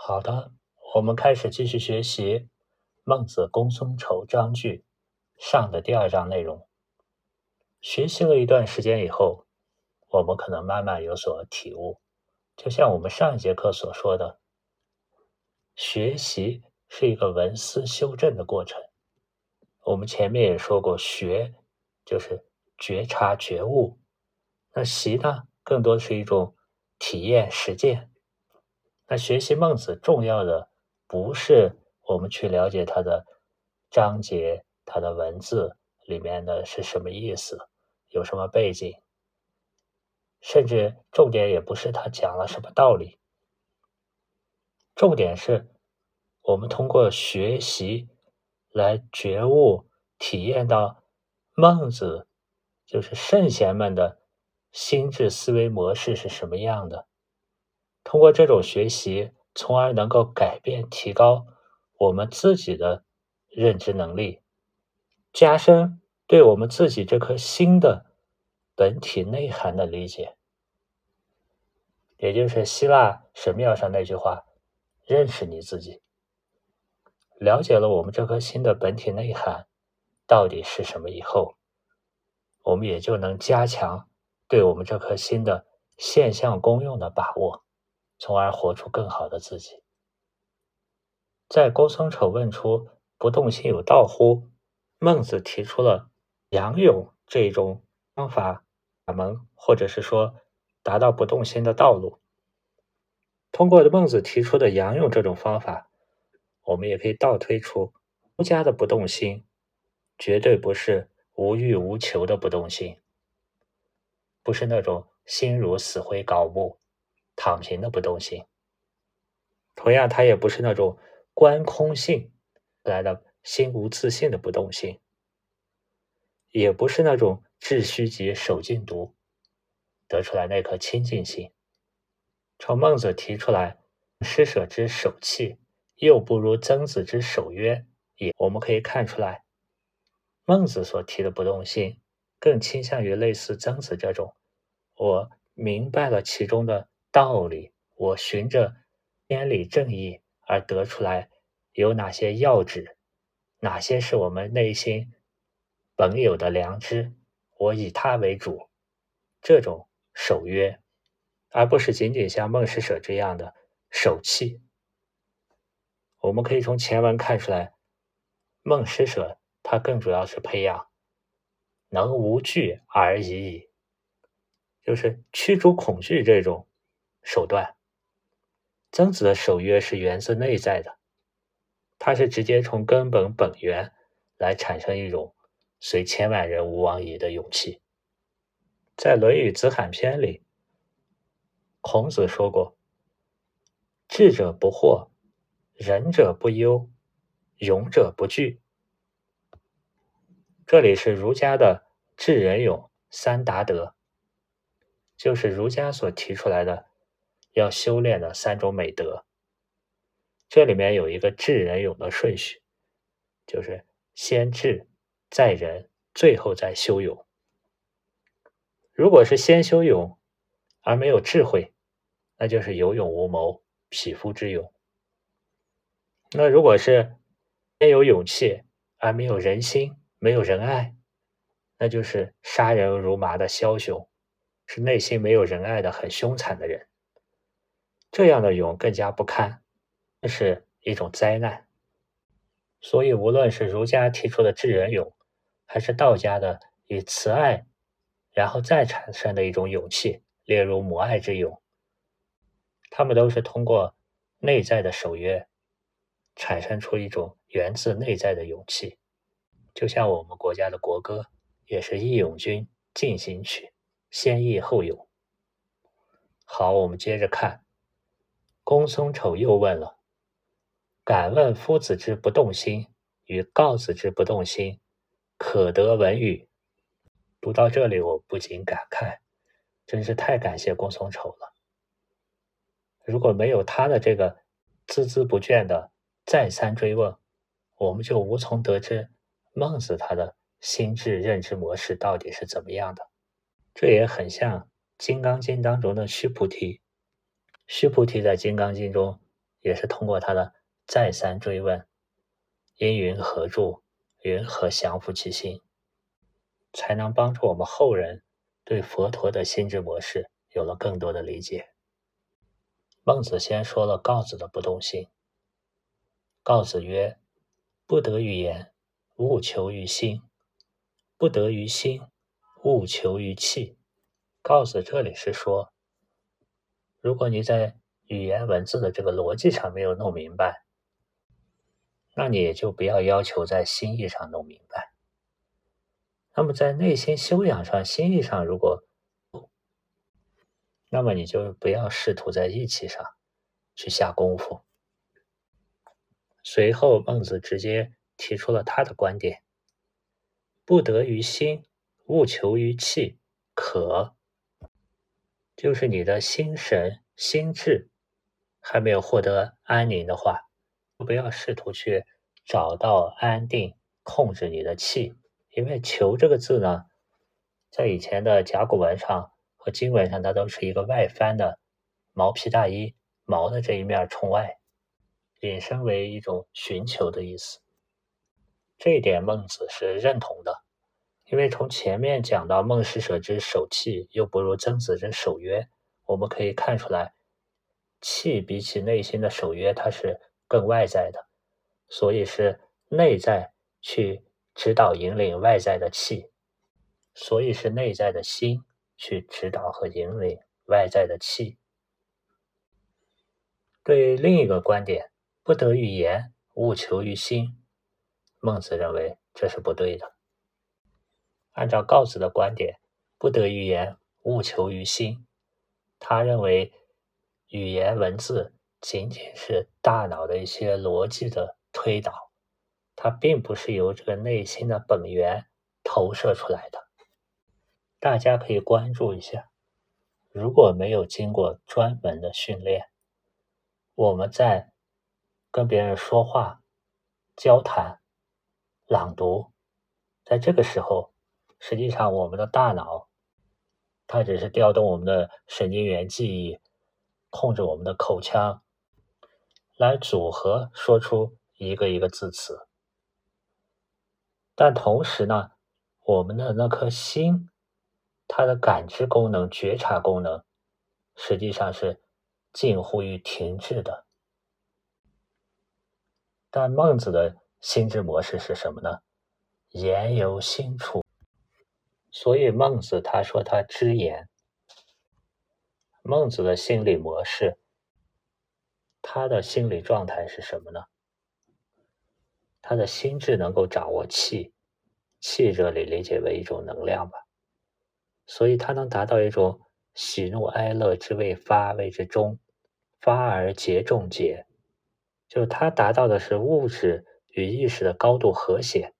好的，我们开始继续学习《孟子·公孙丑章句》上的第二章内容。学习了一段时间以后，我们可能慢慢有所体悟。就像我们上一节课所说的，学习是一个文思修正的过程。我们前面也说过，学就是觉察觉悟，那习呢，更多是一种体验实践。那学习孟子重要的不是我们去了解他的章节、他的文字里面的是什么意思，有什么背景，甚至重点也不是他讲了什么道理。重点是我们通过学习来觉悟、体验到孟子就是圣贤们的心智思维模式是什么样的。通过这种学习，从而能够改变、提高我们自己的认知能力，加深对我们自己这颗心的本体内涵的理解。也就是希腊神庙上那句话：认识你自己。了解了我们这颗心的本体内涵到底是什么以后，我们也就能加强对我们这颗心的现象功用的把握，从而活出更好的自己。在公孙丑问出不动心有道乎，孟子提出了杨勇这一种方法门，或者是说达到不动心的道路。通过孟子提出的杨勇这种方法，我们也可以倒推出儒家的不动心绝对不是无欲无求的不动心，不是那种心如死灰槁木躺平的不动心。同样，它也不是那种观空性来的心无自信的不动心，也不是那种致虚极守静笃得出来那颗清净心。从孟子提出来施舍之守气，又不如曾子之守约，我们可以看出来，孟子所提的不动心更倾向于类似曾子这种，我明白了其中的道理，我循着天理正义而得出来有哪些要旨，哪些是我们内心本有的良知，我以它为主，这种守约，而不是仅仅像孟施舍这样的守气。我们可以从前文看出来，孟施舍他更主要是培养能无惧而已矣，就是驱逐恐惧这种手段。曾子的守约是源自内在的，他是直接从根本本源来产生一种随千万人吾往矣的勇气。在《论语子罕篇》里，孔子说过：智者不惑，仁者不忧，勇者不惧。这里是儒家的智仁勇三达德，就是儒家所提出来的要修炼的三种美德。这里面有一个智仁勇的顺序，就是先智，再仁，最后再修勇。如果是先修勇而没有智慧，那就是有勇无谋，匹夫之勇。那如果是先有勇气而没有仁心，没有仁爱，那就是杀人如麻的枭雄，是内心没有仁爱的很凶残的人。这样的勇更加不堪，这是一种灾难。所以无论是儒家提出的智仁勇，还是道家的以慈爱然后再产生的一种勇气，例如母爱之勇，他们都是通过内在的守约产生出一种源自内在的勇气。就像我们国家的国歌也是义勇军进行曲，先义后勇。好，我们接着看，公孙丑又问了：敢问夫子之不动心与告子之不动心，可得闻与？读到这里，我不禁感慨，真是太感谢公孙丑了。如果没有他的这个孜孜不倦的再三追问，我们就无从得知孟子他的心智认知模式到底是怎么样的。这也很像《金刚经》当中的须菩提。须菩提在《金刚经》中也是通过他的再三追问，因云何住，云何降伏其心，才能帮助我们后人对佛陀的心智模式有了更多的理解。孟子先说了告子的不动心。告子曰：不得于言，务求于心；不得于心，务求于气。告子这里是说，如果你在语言文字的这个逻辑上没有弄明白，那你也就不要要求在心意上弄明白。那么在内心修养上、心意上那么你就不要试图在意气上去下功夫。随后孟子直接提出了他的观点：不得于心，务求于气，可。就是你的心神、心智还没有获得安宁的话，不要试图去找到安定，控制你的气。因为求这个字呢，在以前的甲骨文上和经文上，它都是一个外翻的毛皮大衣，毛的这一面冲外，引申为一种寻求的意思。这一点孟子是认同的，因为从前面讲到孟使者之守气，又不如曾子之守约，我们可以看出来，气比起内心的守约，它是更外在的，所以是内在去指导引领外在的气，所以是内在的心去指导和引领外在的气。对另一个观点，不得于言，务求于心，孟子认为这是不对的。按照告子的观点，不得于言，务求于心。他认为语言文字仅仅是大脑的一些逻辑的推导，它并不是由这个内心的本源投射出来的。大家可以关注一下，如果没有经过专门的训练，我们在跟别人说话、交谈、朗读，在这个时候，实际上我们的大脑它只是调动我们的神经元记忆，控制我们的口腔，来组合说出一个一个字词。但同时呢，我们的那颗心，它的感知功能、觉察功能，实际上是近乎于停滞的。但孟子的心智模式是什么呢？言由心出。所以孟子他说他知言。孟子的心理模式，他的心理状态是什么呢？他的心智能够掌握气，气这里理解为一种能量吧，所以他能达到一种喜怒哀乐之谓发谓之中，发而节众节，就是他达到的是物质与意识的高度和谐。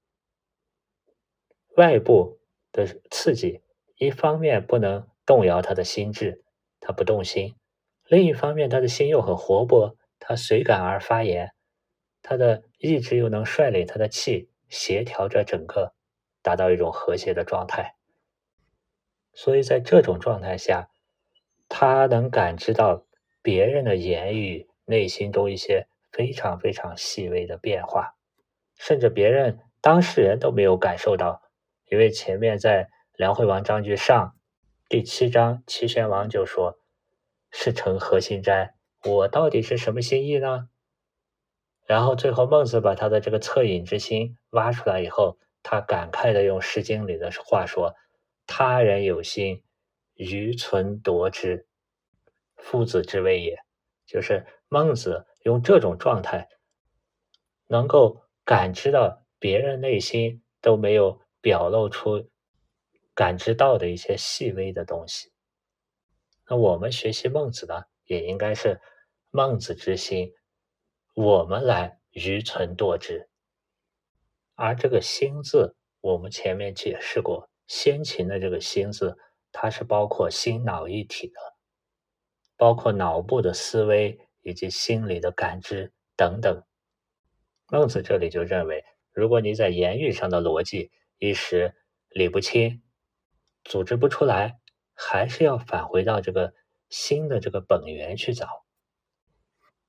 外部的刺激一方面不能动摇他的心智，他不动心，另一方面他的心又很活泼，他随感而发言，他的意志又能率领他的气协调着整个，达到一种和谐的状态。所以在这种状态下，他能感知到别人的言语内心中一些非常非常细微的变化，甚至别人当事人都没有感受到。因为前面在梁惠王章句上第7章，齐宣王就说：是诚何心斋？我到底是什么心意呢？然后最后孟子把他的这个恻隐之心挖出来以后，他感慨的用诗经里的话说：他人有心，愚存夺之，夫子之谓也。就是孟子用这种状态能够感知到别人内心都没有表露出感知到的一些细微的东西。那我们学习孟子呢，也应该是孟子之心，我们来愚存夺之。而这个心字，我们前面解释过，先秦的这个心字，它是包括心脑一体的，包括脑部的思维以及心理的感知等等。孟子这里就认为，如果你在言语上的逻辑一时理不清，组织不出来，还是要返回到这个心的这个本源去找。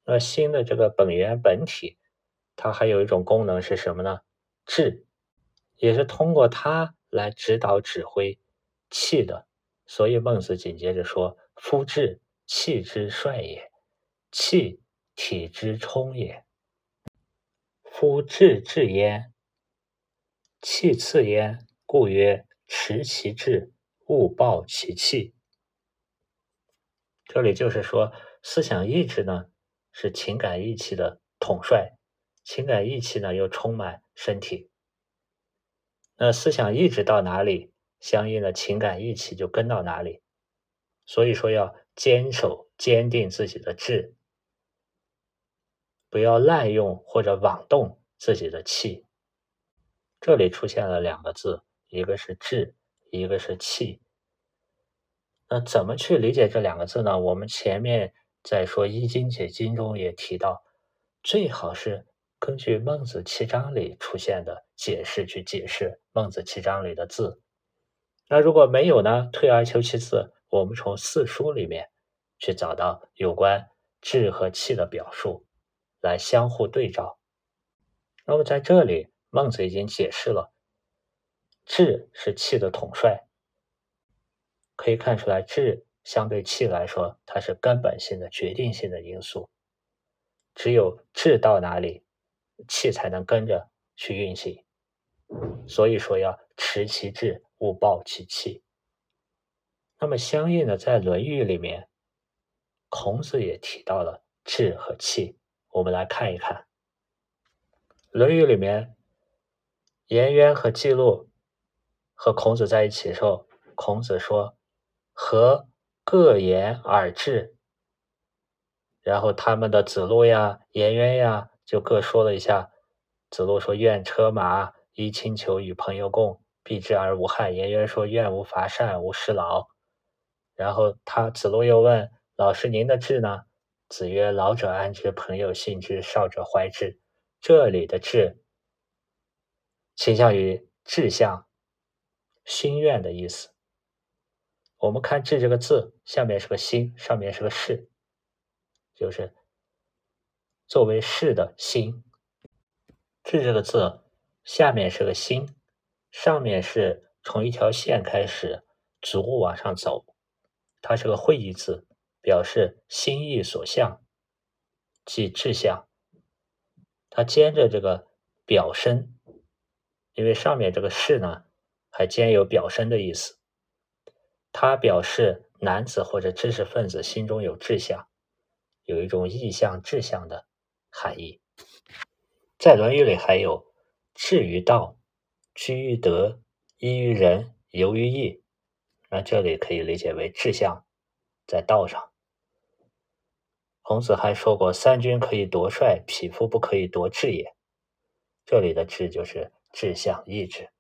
那心的这个本源本体，它还有一种功能是什么呢？志，也是通过它来指导指挥气的。所以孟子紧接着说：夫志，气之帅也；气，体之充也。夫志至焉，气次焉，故曰持其志，勿暴其气。这里就是说，思想意志呢是情感意气的统帅，情感意气呢又充满身体。那思想意志到哪里，相应的情感意气就跟到哪里。所以说要坚守坚定自己的志，不要滥用或者妄动自己的气。这里出现了两个字，一个是志，一个是气。那怎么去理解这两个字呢？我们前面在说《易经解经》中也提到，最好是根据孟子七章里出现的解释去解释孟子七章里的字。那如果没有呢，退而求其次，我们从四书里面去找到有关志和气的表述，来相互对照。那么在这里，孟子已经解释了，志是气的统帅，可以看出来，志相对气来说，它是根本性的、决定性的因素。只有志到哪里，气才能跟着去运行。所以说要持其志，勿暴其气。那么相应的，在《论语》里面，孔子也提到了志和气。我们来看一看，《论语》里面，颜渊和季路和孔子在一起的时候，孔子说：和各言而志。然后他们的子路呀、颜渊呀，就各说了一下。子路说：愿车马，衣轻裘与朋友共，避之而无害。颜渊说：愿无伐善，无事劳。然后子路又问：老师您的志呢？子曰：老者安之，朋友信之，少者怀之。这里的志倾向于志向、心愿的意思。我们看志这个字，下面是个心，上面是个士，就是作为士的心。志这个字下面是个心，上面是从一条线开始逐步往上走，它是个会意字，表示心意所向，即志向。它兼着这个表身，因为上面这个士呢还兼有表身的意思，它表示男子或者知识分子心中有志向，有一种意向志向的含义。在《论语》里还有志于道，居于德，依于仁，游于义。那这里可以理解为志向在道上。孔子还说过，三军可以夺帅，匹夫不可以夺志也。这里的志就是志向意志。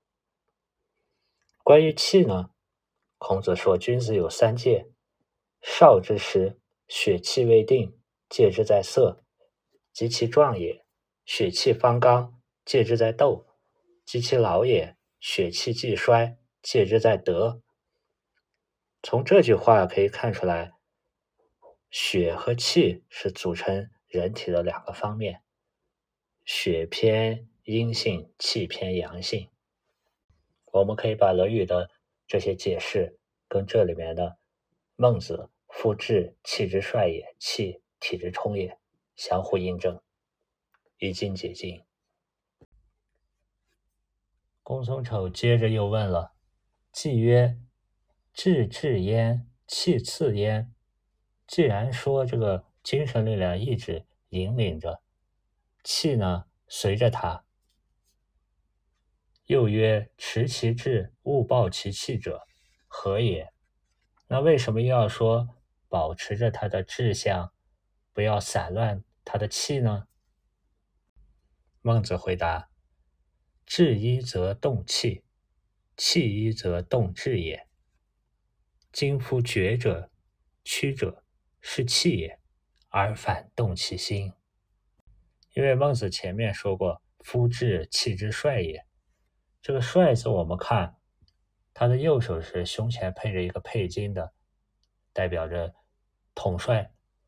关于气呢，孔子说君子有三戒：少之时，血气未定，戒之在色，及其壮也，血气方刚，戒之在斗；及其老也，血气既衰，戒之在德。从这句话可以看出来，血和气是组成人体的两个方面，血偏阴性，气偏阳性。我们可以把《论语》的这些解释跟这里面的孟子夫志，气之帅也，气体之充也相互印证，以经解经。公孙丑接着又问了，既曰志至焉，气次焉。既然说这个精神力量意志引领着，气呢随着它，又曰持其志，勿暴其气者，何也？那为什么又要说保持着他的志向，不要散乱他的气呢？孟子回答：志一则动气，气一则动志也。今夫决者、屈者，是气也，而反动其心。因为孟子前面说过，夫志，气之帅也。这个帅字我们看，他的右手是胸前配着一个佩金的，代表着统帅；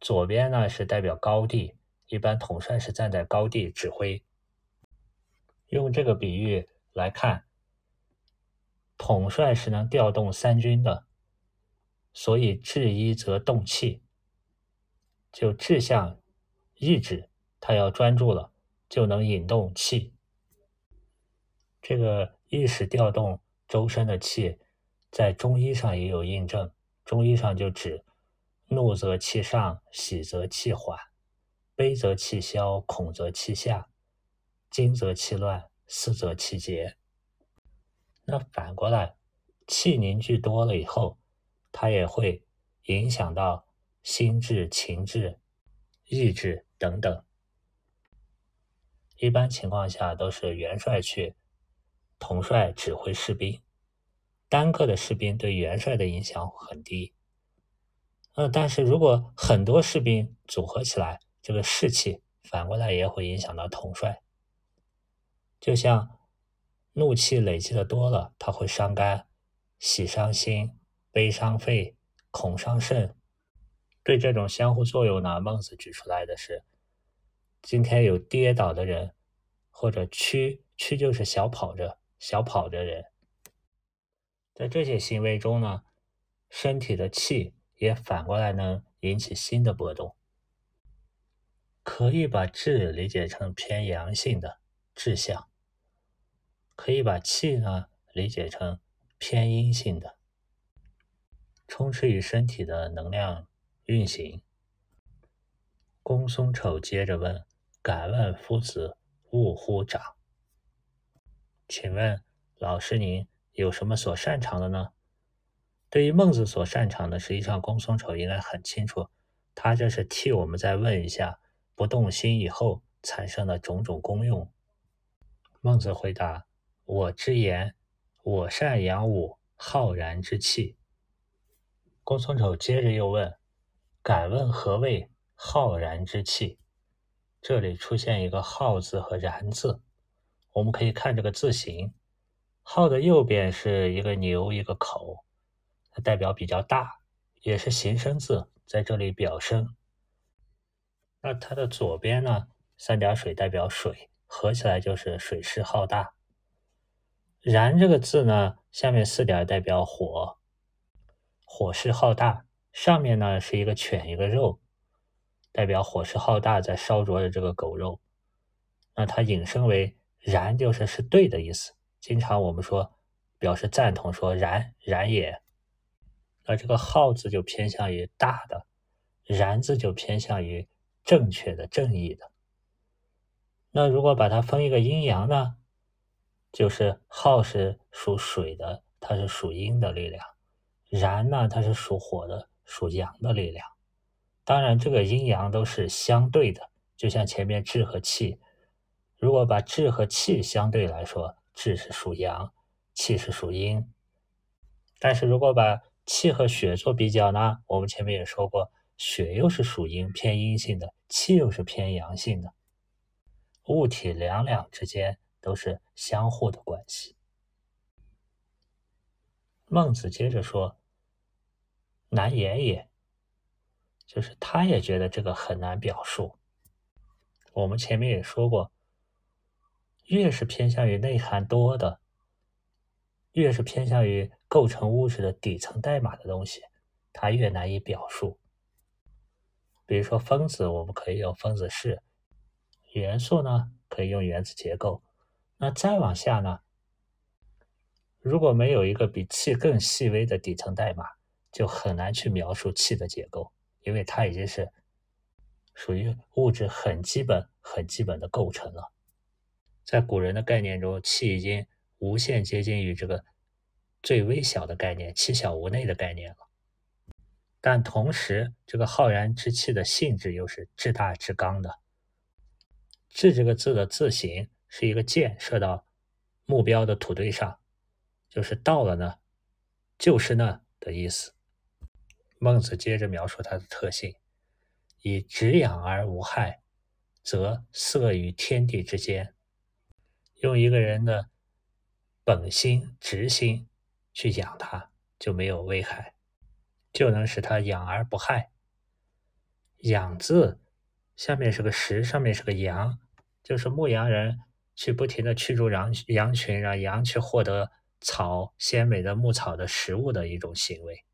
左边呢是代表高地，一般统帅是站在高地指挥。用这个比喻来看，统帅是能调动三军的，所以制一则动气，就志向意志，他要专注了，就能引动气。这个意识调动周身的气，在中医上也有印证。中医上就指怒则气上，喜则气缓，悲则气消，恐则气下，惊则气乱，思则气结。那反过来，气凝聚多了以后，它也会影响到心智、情志、意志等等。一般情况下都是元帅去统帅指挥士兵，单个的士兵对元帅的影响很低。但是如果很多士兵组合起来，这个士气反过来也会影响到统帅。就像怒气累积的多了，它会伤肝，喜伤心，悲伤肺，恐伤肾。对这种相互作用呢，孟子举出来的是，今天有跌倒的人，或者屈就是小跑着人，在这些行为中呢，身体的气也反过来能引起心的波动。可以把志理解成偏阳性的志向，可以把气呢理解成偏阴性的，充斥于身体的能量运行。公孙丑接着问：敢问夫子务乎长？请问老师您有什么所擅长的呢？对于孟子所擅长的，实际上公孙丑应该很清楚，他这是替我们再问一下不动心以后产生的种种功用。孟子回答：我之言，我善养武，浩然之气。公孙丑接着又问：敢问何谓浩然之气？这里出现一个浩字和然字，我们可以看这个字形，浩的右边是一个牛一个口，它代表比较大，也是形声字，在这里表声。那它的左边呢，三点水代表水，合起来就是水势浩大。然这个字呢，下面四点代表火，火势浩大，上面呢是一个犬一个肉，代表火势浩大在烧灼的这个狗肉。那它引申为然，就是对的意思。经常我们说表示赞同，说然也。那这个浩字就偏向于大的，然字就偏向于正确的、正义的。那如果把它分一个阴阳呢，就是浩是属水的，它是属阴的力量；然呢，它是属火的，属阳的力量。当然，这个阴阳都是相对的，就像前面志和气。如果把志和气相对来说，志是属阳，气是属阴。但是如果把气和血做比较呢，我们前面也说过，血又是属阴，偏阴性的，气又是偏阳性的。物体两之间都是相互的关系。孟子接着说：难言也，就是他也觉得这个很难表述。我们前面也说过，越是偏向于内涵多的，越是偏向于构成物质的底层代码的东西，它越难以表述。比如说分子，我们可以用分子式，元素呢可以用原子结构。那再往下呢，如果没有一个比气更细微的底层代码，就很难去描述气的结构，因为它已经是属于物质很基本的构成了。在古人的概念中，气已经无限接近于这个最微小的概念，气小无内的概念了。但同时，这个浩然之气的性质又是至大至刚的。至这个字的字形是一个箭射到目标的土堆上，就是到了呢，就是那的意思。孟子接着描述它的特性：以直养而无害，则色于天地之间。用一个人的本心、直心去养它，就没有危害，就能使它养而不害。 养字下面是个食，上面是个羊，就是牧羊人去不停的驱逐羊群，让羊去获得鲜美的牧草的食物的一种行为。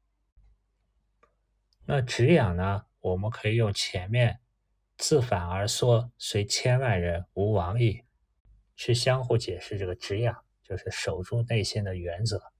那止养呢，我们可以用前面自反而缩，虽千万人，吾往矣，去相互解释这个止养，就是守住内心的原则。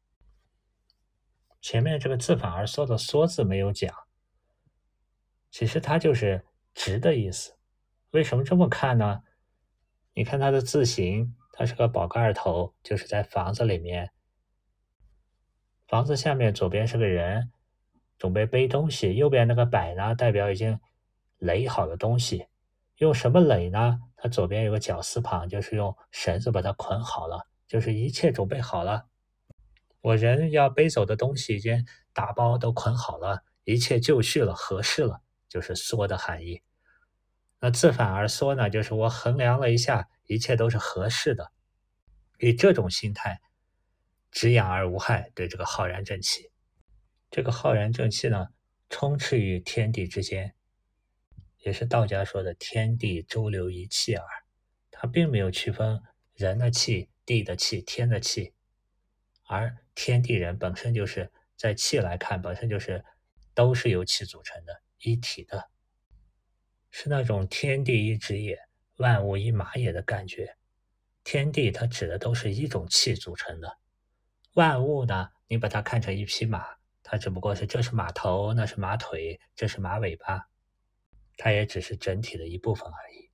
前面这个自反而缩的缩字没有讲，其实它就是直的意思。为什么这么看呢？你看它的字形，它是个宝盖头，就是在房子里面，房子下面左边是个人，准备背东西，右边那个摆呢，代表已经垒好的东西。用什么垒呢？它左边有个绞丝旁，就是用绳子把它捆好了，就是一切准备好了。我人要背走的东西已经打包都捆好了，一切就绪了，合适了，就是缩的含义。那自反而缩呢，就是我衡量了一下，一切都是合适的。以这种心态，止养而无害，对这个浩然正气。这个浩然正气呢，充斥于天地之间，也是道家说的天地周流一气耳。它并没有区分人的气、地的气、天的气，而天地人本身就是在气来看，本身就是都是由气组成的一体的，是那种天地一指也，万物一马也的感觉。天地它指的都是一种气组成的，万物呢，你把它看成一匹马，它只不过是这是马头，那是马腿，这是马尾巴，它也只是整体的一部分而已。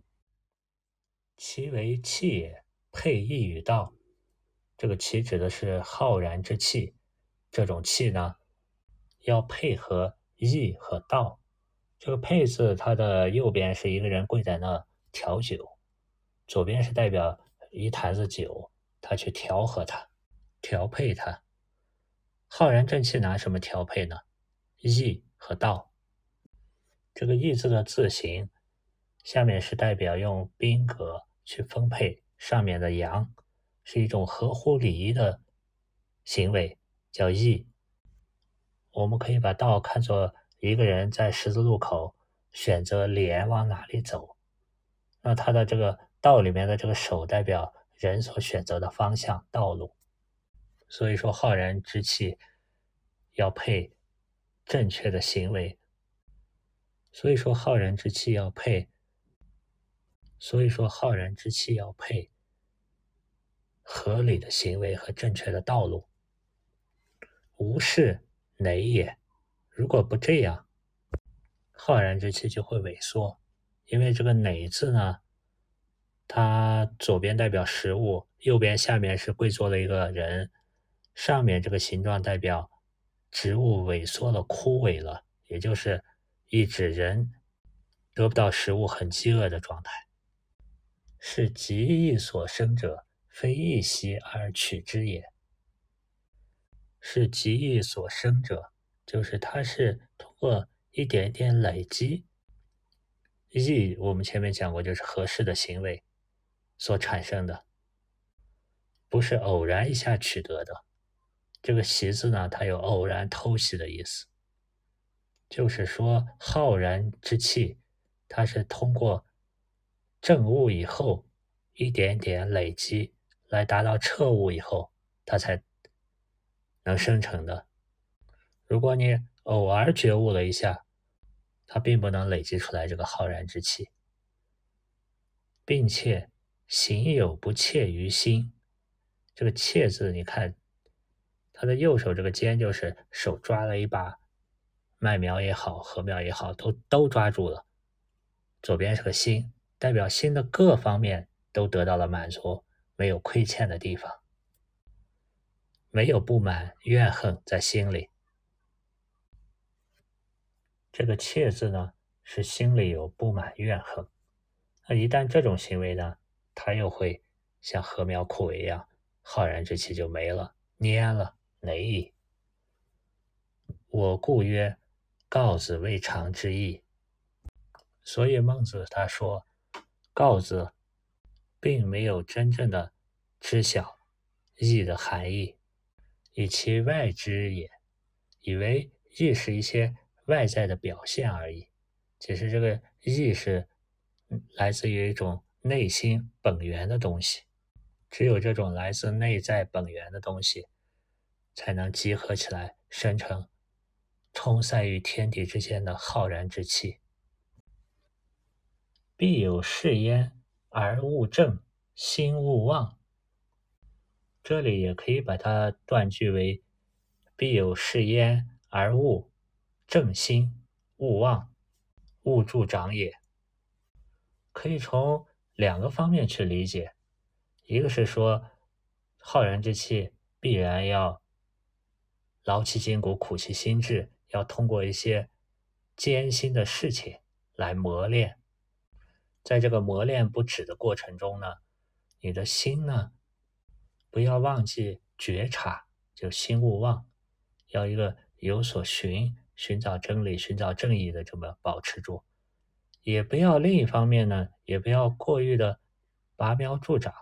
其为气也，配义与道。这个气指的是浩然之气，这种气呢，要配合义和道。这个配字，它的右边是一个人跪在那调酒，左边是代表一坛子酒，他去调和它，调配它。浩然正气拿什么调配呢？义和道。这个义字的字形，下面是代表用宾格去分配上面的阳，是一种合乎礼仪的行为，叫义。我们可以把道看作一个人在十字路口选择脸往哪里走，那他的这个道里面的这个手代表人所选择的方向道路。所以说浩然之气要配正确的行为，所以说浩然之气要配合理的行为和正确的道路。无是馁也，如果不这样，浩然之气就会萎缩。因为这个馁字呢，它左边代表食物，右边下面是跪坐的一个人，上面这个形状代表植物萎缩了、枯萎了，也就是一指人得不到食物很饥饿的状态。是极易所生者，非易习而取之也。是极易所生者，就是它是通过一点点累积，易我们前面讲过，就是合适的行为所产生的，不是偶然一下取得的。这个习字呢，它有偶然偷袭的意思，就是说浩然之气，它是通过正悟以后一点点累积，来达到彻悟以后，它才能生成的。如果你偶尔觉悟了一下，它并不能累积出来这个浩然之气，并且行有不切于心。这个切字，你看他的右手这个尖，就是手抓了一把麦苗也好，禾苗也好，都抓住了。左边是个心，代表心的各方面都得到了满足，没有亏欠的地方，没有不满怨恨在心里。这个切字呢，是心里有不满怨恨。那一旦这种行为呢，它又会像禾苗枯萎一样，浩然之气就没了，蔫了，馁矣。我故曰：告子未尝之意。所以孟子他说，告子并没有真正的知晓义的含义，以其外之也，以为义是一些外在的表现而已。 其实这个意是来自于一种内心本源的东西，只有这种来自内在本源的东西，才能集合起来，生成充塞于天地之间的浩然之气。必有是焉，而物正，心勿忘。这里也可以把它断句为必有是焉，而物正心，勿忘，勿助长也。可以从两个方面去理解，一个是说浩然之气必然要劳其筋骨，苦其心志，要通过一些艰辛的事情来磨练。在这个磨练不止的过程中呢，你的心呢，不要忘记觉察，就心勿忘，要一个有所寻找真理、寻找正义的这么保持住。也不要另一方面呢，也不要过于的拔苗助长，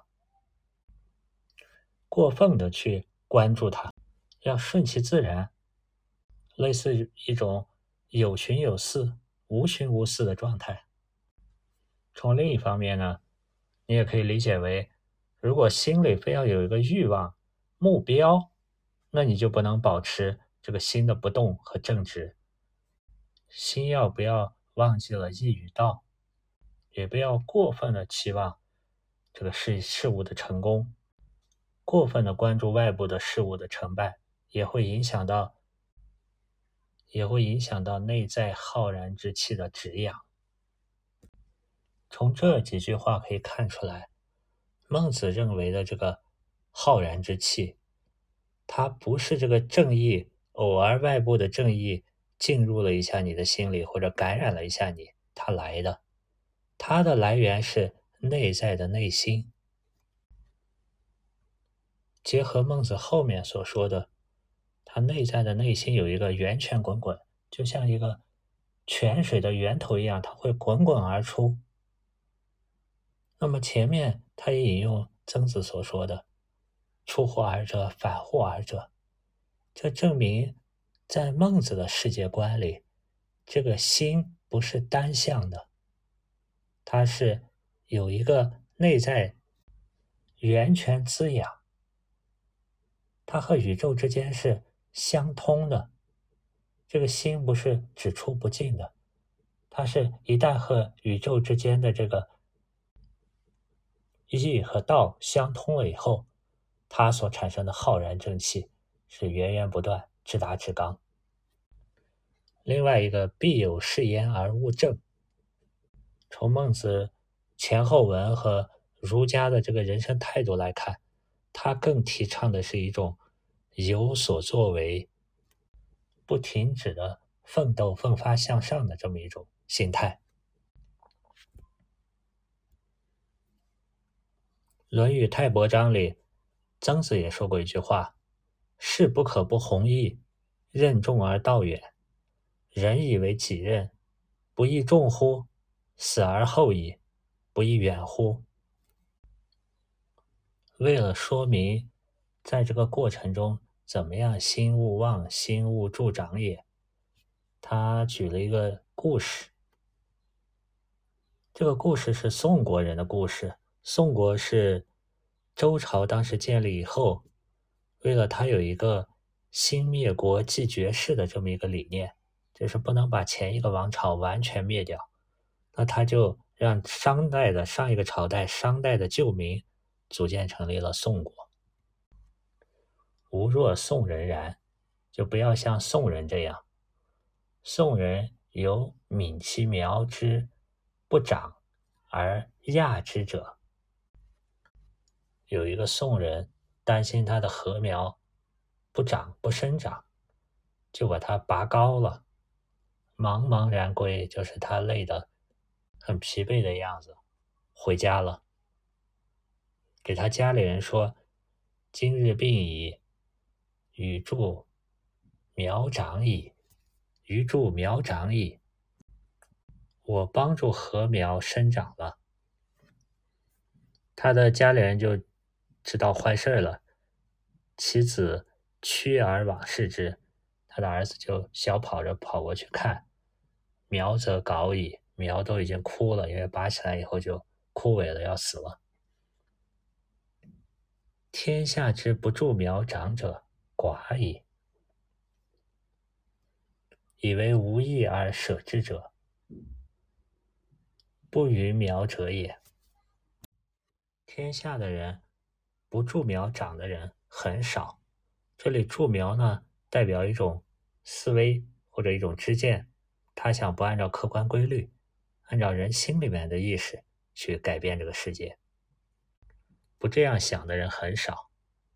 过分的去关注它，要顺其自然，类似于一种有寻有似、无寻无似的状态。从另一方面呢，你也可以理解为，如果心里非要有一个欲望、目标，那你就不能保持这个心的不动和正直。心要不要忘记了义与道，也不要过分的期望这个事物的成功，过分的关注外部的事物的成败，也会影响到内在浩然之气的止养。从这几句话可以看出来，孟子认为的这个浩然之气，它不是这个正义偶尔外部的正义进入了一下你的心里，或者感染了一下你，它来的，它的来源是内在的内心。结合孟子后面所说的，他内在的内心有一个源泉滚滚，就像一个泉水的源头一样，它会滚滚而出。那么前面他也引用曾子所说的出乎尔者，反乎尔者，这证明在孟子的世界观里，这个心不是单向的，它是有一个内在源泉滋养，它和宇宙之间是相通的。这个心不是只出不进的，它是一旦和宇宙之间的这个义和道相通了以后，它所产生的浩然正气是源源不断、直达至刚。另外一个必有是焉而物正，从孟子前后文和儒家的这个人生态度来看，他更提倡的是一种有所作为、不停止的奋斗、奋发向上的这么一种心态。《论语泰伯章》里，曾子也说过一句话：事不可不弘毅，任重而道远。人以为己任，不亦重乎？死而后已，不亦远乎？为了说明在这个过程中怎么样心勿忘，心勿助长也，他举了一个故事。这个故事是宋国人的故事。宋国是周朝当时建立以后，为了他有一个兴灭国继绝世的这么一个理念，就是不能把前一个王朝完全灭掉，那他就让商代的上一个朝代商代的旧民组建成立了宋国。吾若宋人然，就不要像宋人这样。宋人有悯其苗之不长而亚之者，有一个宋人担心他的禾苗不长不生长，就把它拔高了，茫茫然归，就是他累得很疲惫的样子，回家了。给他家里人说：今日病矣，予助苗长矣，予助苗长矣。我帮助禾苗生长了。他的家里人就知道坏事了，其子趋而往视之，他的儿子就小跑着跑过去看， 苗则槁矣，苗都已经枯了，因为拔起来以后就枯萎了，要死了。天下之不助苗长者，寡矣。以为无益而舍之者，不与苗者也。天下的人不助苗长的人很少。这里助苗呢，代表一种思维或者一种知见，他想不按照客观规律，按照人心里面的意识去改变这个世界。不这样想的人很少。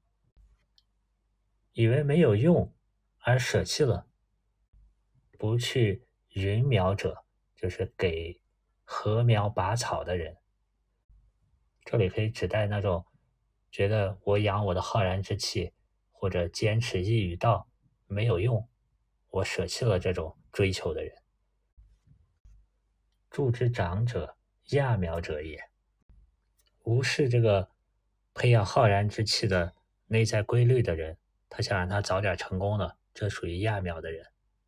以为没有用而舍弃了，不去耘苗者，就是给禾苗拔草的人。这里可以指代那种觉得我养我的浩然之气，或者坚持一与道没有用，我舍弃了这种追求的人。助之长者，揠苗者也。无视这个培养浩然之气的内在规律的人，他想让他早点成功了，这属于揠苗的人。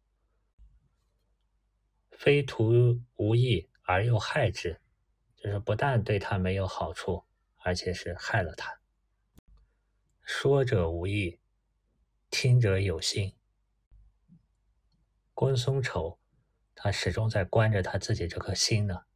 非图无益而又害之，就是不但对他没有好处，而且是害了他。说者无益，听者有心。公孙丑他始终在关着他自己这颗心呢。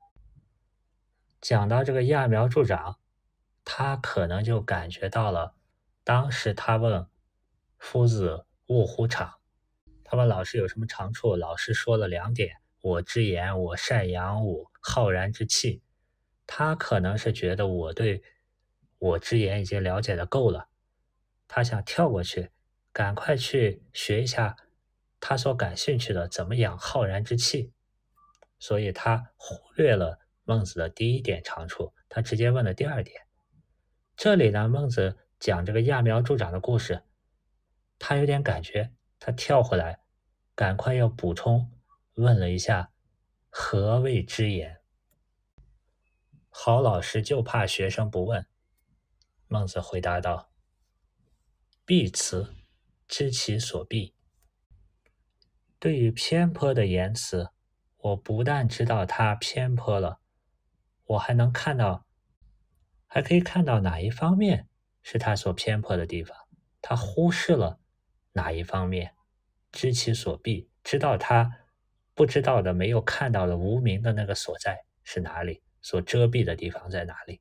讲到这个揠苗助长，他可能就感觉到了当时他问夫子卧乎长，他问老师有什么长处，老师说了2点，我之言，我善养我浩然之气。他可能是觉得我对我之言已经了解的够了，他想跳过去，赶快去学一下他所感兴趣的怎么养浩然之气，所以他忽略了孟子的第1点长处，他直接问了第2点。这里呢，孟子讲这个揠苗助长的故事，他有点感觉，他跳回来赶快要补充，问了一下何谓之言。好老师就怕学生不问。孟子回答道：敝辞，知其所敝。对于偏颇的言辞，我不但知道它偏颇了，我还可以看到哪一方面是它所偏颇的地方，它忽视了哪一方面，知其所敝，知道它不知道的、没有看到的无明的那个所在是哪里，所遮蔽的地方在哪里。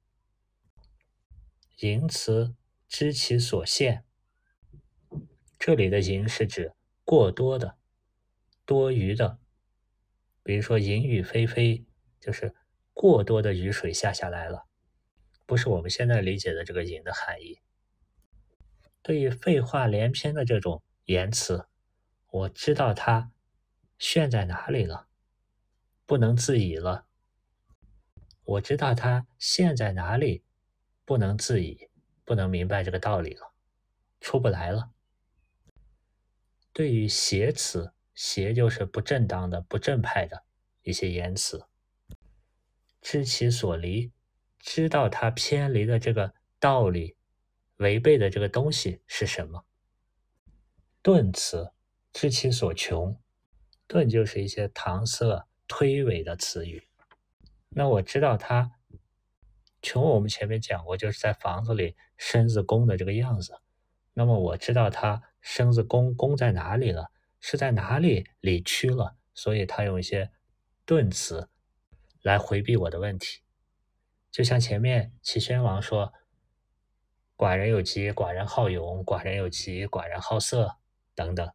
淫辞，知其所限。这里的淫是指过多的、多余的，比如说淫雨霏霏，就是过多的雨水下来了，不是我们现在理解的这个淫的含义。对于废话连篇的这种言辞，我知道它炫在哪里了，不能自已了。我知道它陷在哪里，不能自已，不能明白这个道理了，出不来了。对于邪词，邪就是不正当的、不正派的一些言辞，知其所离，知道它偏离的这个道理，违背的这个东西是什么。顿词，知其所穷。顿就是一些搪塞、推诿的词语。那我知道它穷，我们前面讲过，就是在房子里身子弓的这个样子。那么我知道它身子弓在哪里了，是在哪里理屈了，所以他用一些顿词来回避我的问题。就像前面齐宣王说，寡人有疾，寡人好勇，寡人有疾，寡人好色等等。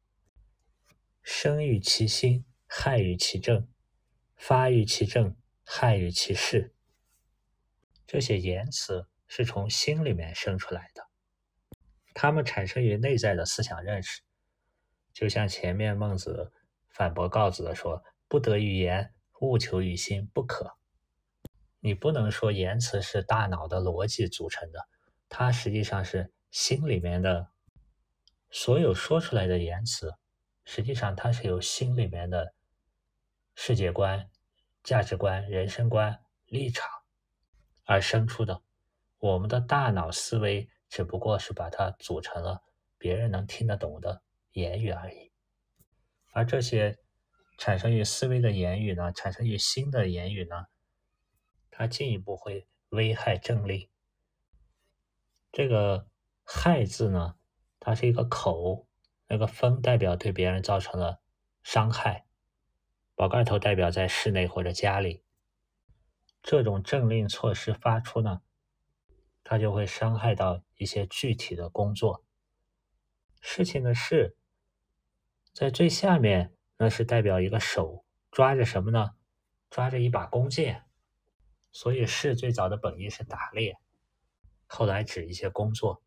生于其心，害于其政；发于其政，害于其事。这些言辞是从心里面生出来的，它们产生于内在的思想认识。就像前面孟子反驳告子的说，不得于言，务求于心，不可。你不能说言辞是大脑的逻辑组成的，它实际上是心里面的所有说出来的言辞，实际上它是由心里面的世界观、价值观、人生观、立场而生出的。我们的大脑思维只不过是把它组成了别人能听得懂的言语而已。而这些产生于思维的言语呢，产生于心的言语呢，它进一步会危害政令。这个害字呢，它是一个口，那个风代表对别人造成了伤害，宝盖头代表在室内或者家里。这种政令措施发出呢，它就会伤害到一些具体的工作。事情的事在最下面，那是代表一个手抓着什么呢？抓着一把弓箭。所以士最早的本意是打猎，后来指一些工作。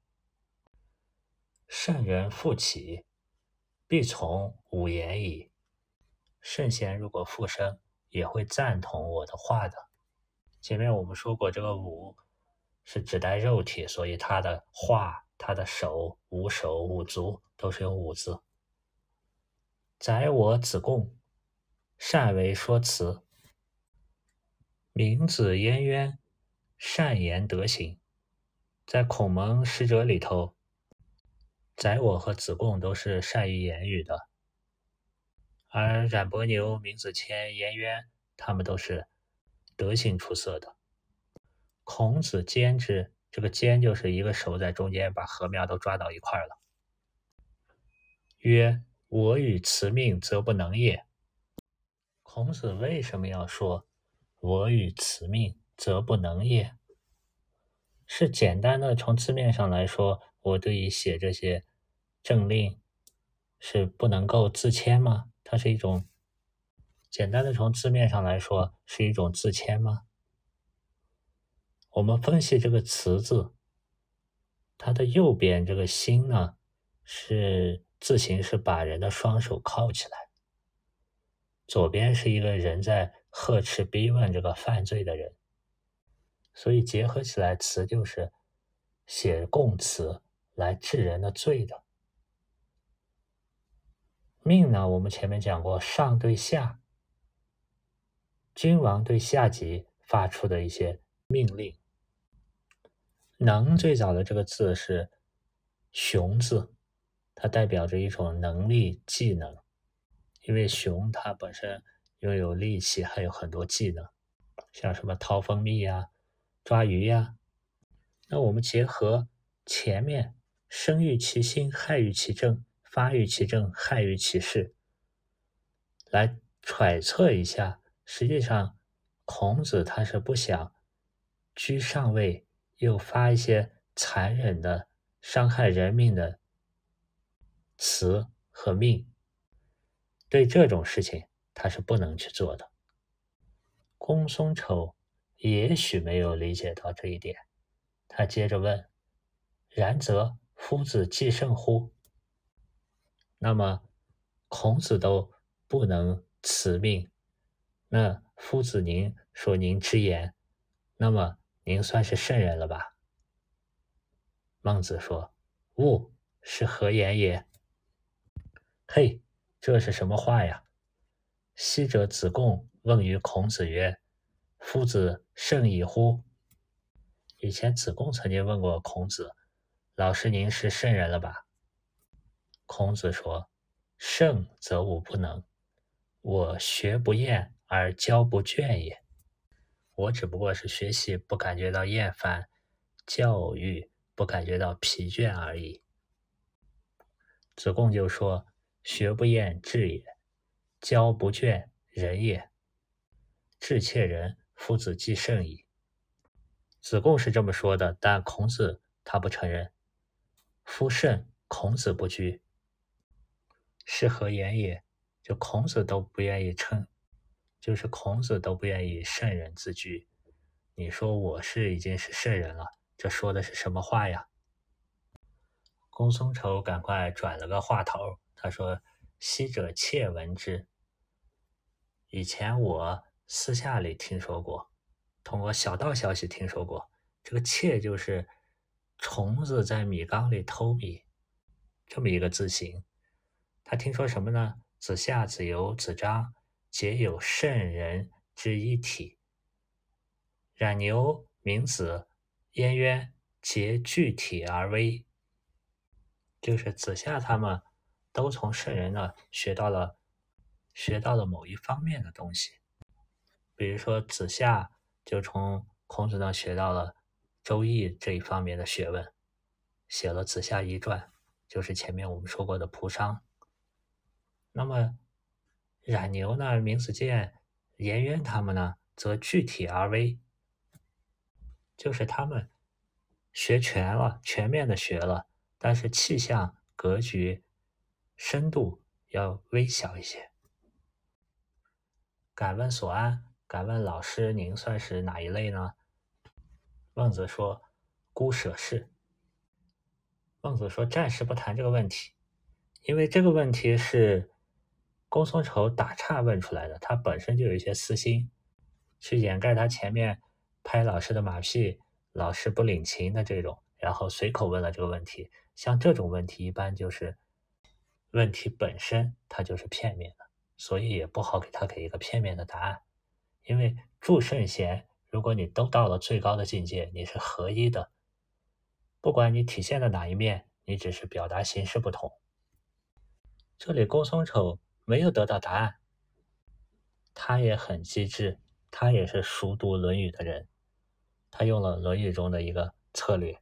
圣人复起，必从吾言矣。圣贤如果复生，也会赞同我的话的。前面我们说过，这个吾是指代肉体，所以他的话、他的手、五手、五足都是用吾字。宰我子贡，善为说辞。明子颜渊，善言德行。在孔门使者里头，宰我和子贡都是善于言语的，而冉伯牛、闵子骞、颜渊他们都是德行出色的。孔子兼之，这个兼就是一个手在中间把禾苗都抓到一块了。曰：我与辞命，则不能也。孔子为什么要说我与辞命，则不能也？是简单的从字面上来说，我对于写这些政令是不能够自谦吗？它是一种简单的从字面上来说是一种自谦吗？我们分析这个辞字，它的右边这个心呢，是字形是把人的双手铐起来，左边是一个人在呵斥逼问这个犯罪的人，所以结合起来词就是写供词来治人的罪的。命呢，我们前面讲过，上对下，君王对下级发出的一些命令。能最早的这个字是雄字，它代表着一种能力、技能。因为熊它本身拥有力气，还有很多技能，像什么掏蜂蜜呀、抓鱼呀。那我们结合前面生育其心，害于其政，发育其政，害于其事，来揣测一下，实际上孔子他是不想居上位，又发一些残忍的伤害人命的词和命，对这种事情他是不能去做的。公孙丑也许没有理解到这一点，他接着问：然则夫子既胜乎？那么孔子都不能辞命，那夫子您说您直言，那么您算是圣人了吧？孟子说：吾是何言也？嘿，这是什么话呀？昔者子贡问于孔子曰：夫子胜矣乎？以前子贡曾经问过孔子：老师您是圣人了吧？孔子说：胜则吾不能，我学不厌而教不倦也。我只不过是学习不感觉到厌烦，教育不感觉到疲倦而已。子贡就说：学不厌智也，教不倦仁也。智切人，夫子既胜矣。子贡是这么说的，但孔子他不承认。夫圣，孔子不居，是何言也？就孔子都不愿意称，就是孔子都不愿意圣人自居。你说我已经是圣人了，这说的是什么话呀？公孙丑赶快转了个话头，他说：昔者窃闻之。以前我私下里听说过，通过小道消息听说过，这个窃就是虫子在米缸里偷米，这么一个字形。他听说什么呢？子夏、子游、子张皆有圣人之一体，冉牛、闵子、颜渊皆具体而微。就是子夏他们都从圣人那学到了学到了某一方面的东西。比如说子夏就从孔子那学到了周易这一方面的学问，写了子夏遗传，就是前面我们说过的蒲商。那么冉牛呢、闵子骞、颜渊他们呢，则具体而微，就是他们学全了，全面的学了，但是气象、格局、深度要微小一些。敢问所安，敢问老师，您算是哪一类呢？孟子说：孤舍士。孟子说暂时不谈这个问题，因为这个问题是公孙丑打岔问出来的，他本身就有一些私心，去掩盖他前面拍老师的马屁，老师不领情的这种，然后随口问了这个问题。像这种问题一般就是问题本身它就是片面的，所以也不好给他给一个片面的答案。因为诸圣贤，如果你都到了最高的境界，你是合一的，不管你体现的哪一面，你只是表达形式不同。这里公孙丑没有得到答案，他也很机智，他也是熟读《论语》的人，他用了《论语》中的一个策略。《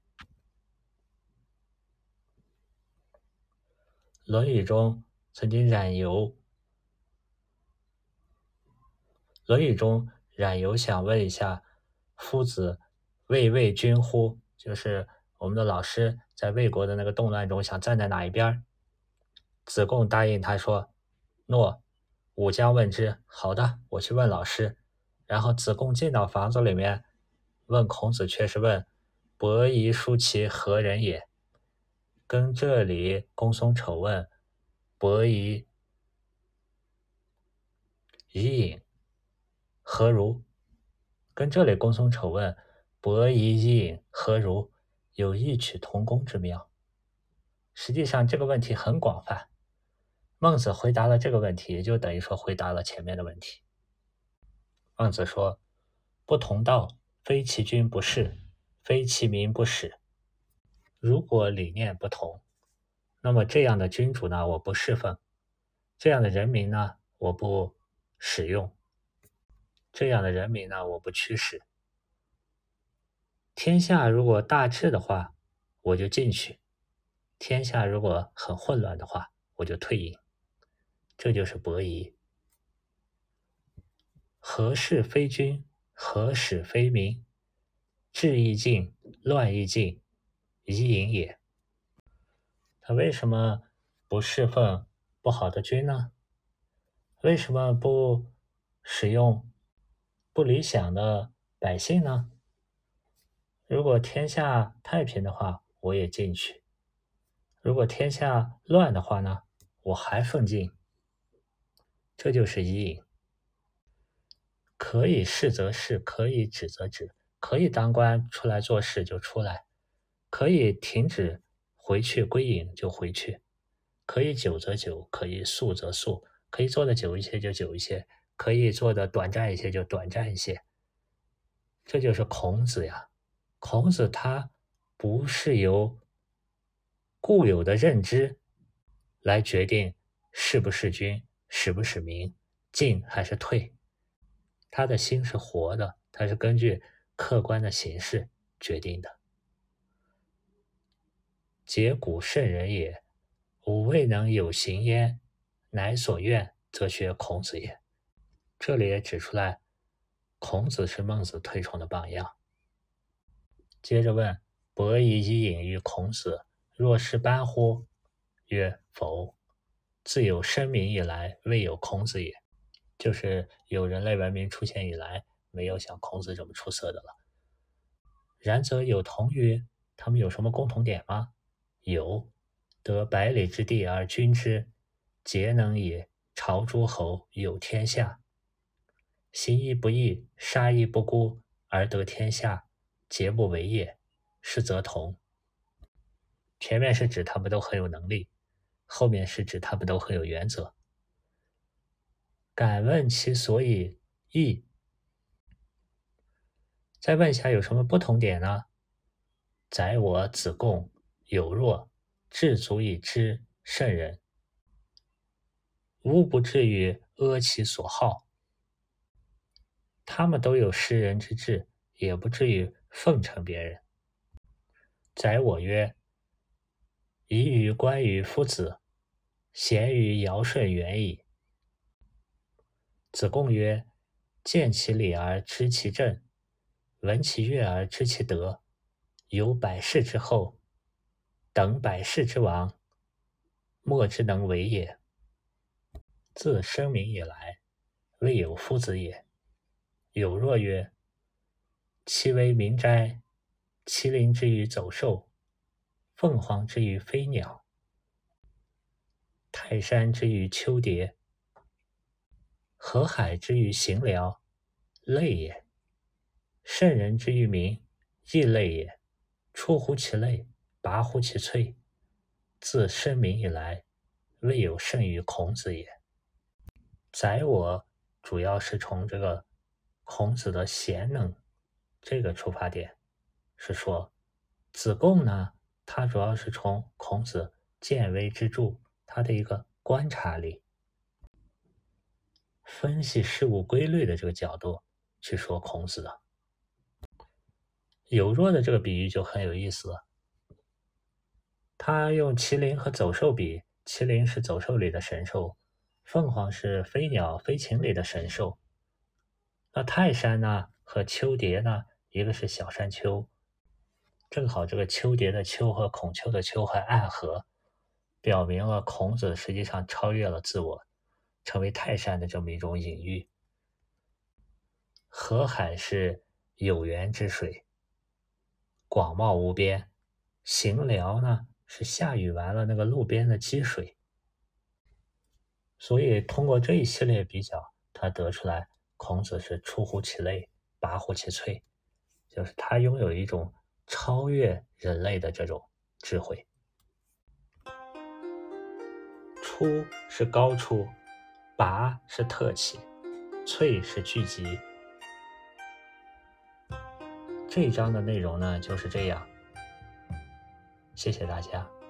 论语》中曾经冉游，《论语》中冉游想问一下夫子魏魏君乎，就是我们的老师在魏国的那个动乱中想站在哪一边。子贡答应他说：诺，吾将问之。好的，我去问老师。然后子贡进到房子里面，问孔子，却是问伯夷叔齐何人也？跟这里公孙丑问伯夷伊尹何如，跟这里公孙丑问伯夷伊尹何如，有异曲同工之妙。实际上这个问题很广泛，孟子回答了这个问题，也就等于说回答了前面的问题。孟子说：不同道，非其君不士，非其民不使。如果理念不同，那么这样的君主呢，我不侍奉；这样的人民呢，我不使用；这样的人民呢，我不驱使。天下如果大治的话，我就进去；天下如果很混乱的话，我就退隐。这就是伯夷。何事非君？何使非民？治亦尽，乱亦尽，伊尹也。他为什么不侍奉不好的君呢？为什么不使用不理想的百姓呢？如果天下太平的话，我也进去；如果天下乱的话呢，我还奋进。这就是伊尹。可以是则是，可以止则止，可以当官出来做事就出来，可以停止回去归隐就回去，可以久则久，可以速则速，可以做的久一些就久一些，可以做的短暂一些就短暂一些。这就是孔子呀。孔子他不是由固有的认知来决定是不是君，使不使民，进还是退。他的心是活的，他是根据客观的形式决定的。结古圣人也，吾未能有行焉，乃所愿，则学孔子也。这里也指出来，孔子是孟子推崇的榜样。接着问：伯夷、伊尹与孔子，若是班乎？曰：否。自有生民以来，未有孔子也。就是有人类文明出现以来，没有像孔子这么出色的了。然则有同于他们有什么共同点吗？有，得百里之地而均之，节能也。朝诸侯，有天下。行义不义，杀义不孤，而得天下，节不为业，是则同。前面是指他们都很有能力，后面是指他们都很有原则。敢问其所以异？再问一下有什么不同点呢？宰我子贡有若，至足以知圣人。吾不至于阿其所好。他们都有识人之志，也不至于奉承别人。宰我曰：宜于观于夫子，贤于尧舜远矣。子贡曰：见其礼而知其政，闻其乐而知其德，有百世之后，等百世之王，莫之能为也。自生民以来，未有夫子也。有若曰：其为民哉？麒麟之于走兽，凤凰之于飞鸟，泰山之于丘蝶，河海之于行寮，类也。圣人之于民，亦类也。出乎其类，拔乎其萃。自生民以来，未有胜于孔子也。宰我主要是从这个孔子的贤能这个出发点，是说子贡呢，他主要是从孔子见微知著，他的一个观察力，分析事物规律的这个角度去说孔子的。有若的这个比喻就很有意思了，他用麒麟和走兽比，麒麟是走兽里的神兽，凤凰是飞鸟飞禽里的神兽。那泰山呢和丘蝶呢，一个是小山丘，正好这个丘蝶的丘和孔丘的丘还暗合，表明了孔子实际上超越了自我，成为泰山的这么一种隐喻。河海是有源之水，广袤无边。行寮呢是下雨完了那个路边的积水。所以通过这一系列比较，他得出来孔子是出乎其类，拔乎其萃，就是他拥有一种超越人类的这种智慧。出是高出，拔是特起，萃是聚集。这一章的内容呢就是这样，谢谢大家。